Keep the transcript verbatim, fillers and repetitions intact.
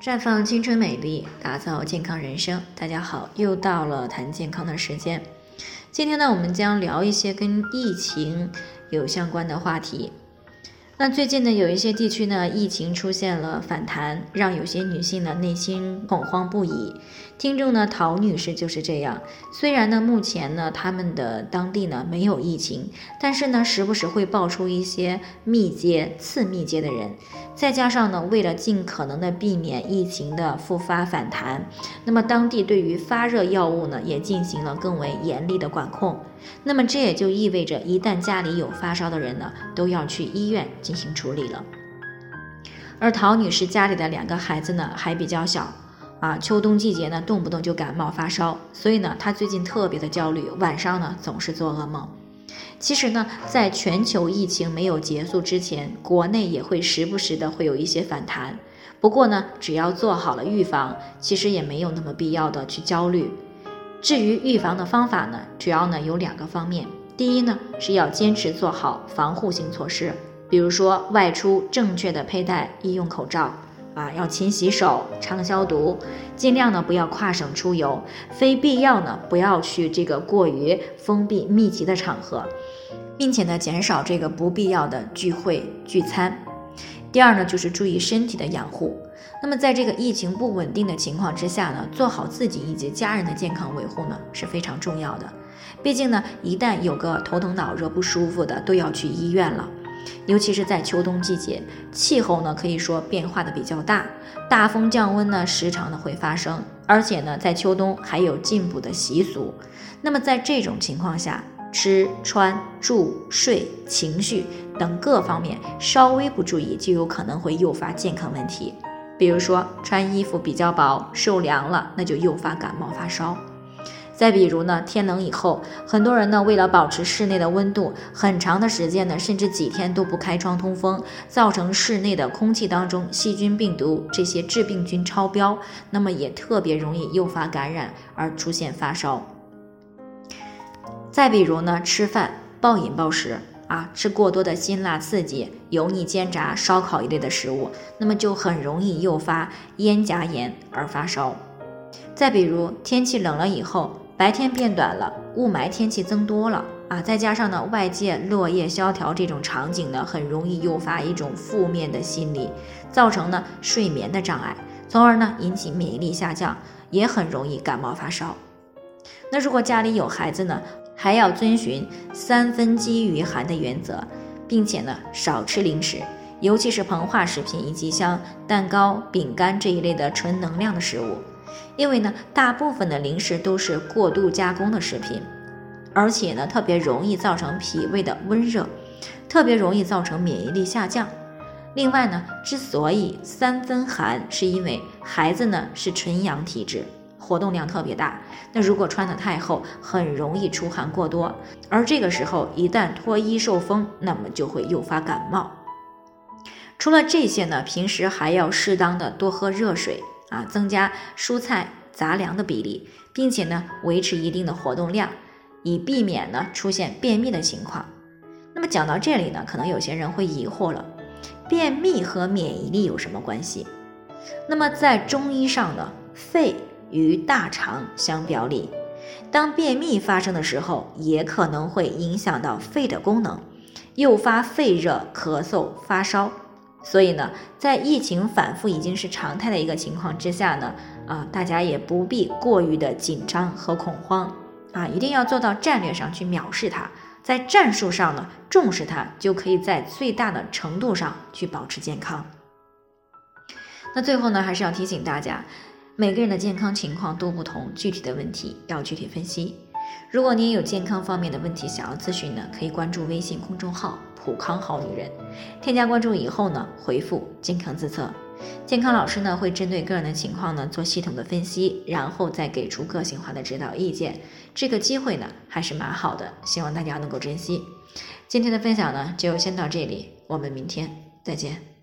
绽放青春美丽，打造健康人生。大家好，又到了谈健康的时间。今天呢，我们将聊一些跟疫情有相关的话题。那最近呢，有一些地区呢，疫情出现了反弹，让有些女性呢内心恐慌不已。听众呢，陶女士就是这样。虽然呢，目前呢，他们的当地呢没有疫情，但是呢，时不时会爆出一些密接、次密接的人。再加上呢，为了尽可能的避免疫情的复发反弹，那么当地对于发热药物呢，也进行了更为严厉的管控。那么这也就意味着，一旦家里有发烧的人呢，都要去医院进行处理了。而陶女士家里的两个孩子呢，还比较小啊，秋冬季节呢，动不动就感冒发烧，所以呢，她最近特别的焦虑，晚上呢总是做噩梦。其实呢，在全球疫情没有结束之前，国内也会时不时的会有一些反弹。不过呢，只要做好了预防，其实也没有那么必要的去焦虑。至于预防的方法呢，主要呢有两个方面。第一呢，是要坚持做好防护性措施，比如说外出正确的佩戴医用口罩啊，要勤洗手、常消毒，尽量呢不要跨省出游，非必要呢不要去这个过于封闭密集的场合，并且呢减少这个不必要的聚会聚餐。第二呢，就是注意身体的养护。那么在这个疫情不稳定的情况之下呢，做好自己以及家人的健康维护呢是非常重要的。毕竟呢，一旦有个头疼脑热不舒服的，都要去医院了。尤其是在秋冬季节，气候呢可以说变化的比较大，大风降温呢时常的会发生，而且呢在秋冬还有进补的习俗。那么在这种情况下，吃穿住睡情绪等各方面稍微不注意，就有可能会诱发健康问题。比如说穿衣服比较薄，受凉了，那就诱发感冒发烧。再比如呢，天冷以后，很多人呢为了保持室内的温度，很长的时间呢，甚至几天都不开窗通风，造成室内的空气当中细菌、病毒这些致病菌超标，那么也特别容易诱发感染而出现发烧。再比如呢，吃饭暴饮暴食啊，吃过多的辛辣刺激、油腻煎炸、烧烤一类的食物，那么就很容易诱发咽颊炎而发烧。再比如天气冷了以后，白天变短了，雾霾天气增多了啊，再加上呢外界落叶萧条这种场景呢，很容易诱发一种负面的心理，造成呢睡眠的障碍，从而呢引起免疫力下降，也很容易感冒发烧。那如果家里有孩子呢，还要遵循三分饥于寒的原则，并且呢少吃零食，尤其是膨化食品以及像蛋糕、饼干这一类的纯能量的食物。因为呢，大部分的零食都是过度加工的食品，而且呢，特别容易造成脾胃的温热，特别容易造成免疫力下降。另外呢，之所以三分寒，是因为孩子呢是纯阳体质，活动量特别大，那如果穿得太厚，很容易出汗过多，而这个时候一旦脱衣受风，那么就会诱发感冒。除了这些呢，平时还要适当的多喝热水啊，增加蔬菜杂粮的比例，并且呢维持一定的活动量，以避免呢出现便秘的情况。那么讲到这里呢，可能有些人会疑惑了，便秘和免疫力有什么关系？那么在中医上呢，肺与大肠相表里，当便秘发生的时候，也可能会影响到肺的功能，诱发肺热、咳嗽、发烧。所以呢，在疫情反复已经是常态的一个情况之下呢，啊，大家也不必过于的紧张和恐慌啊，一定要做到战略上去藐视它，在战术上呢重视它，就可以在最大的程度上去保持健康。那最后呢，还是要提醒大家，每个人的健康情况都不同，具体的问题要具体分析。如果你也有健康方面的问题想要咨询呢，可以关注微信公众号普康好女人，添加关注以后呢，回复健康自测，健康老师呢会针对个人的情况呢做系统的分析，然后再给出个性化的指导意见。这个机会呢还是蛮好的，希望大家能够珍惜。今天的分享呢就先到这里，我们明天再见。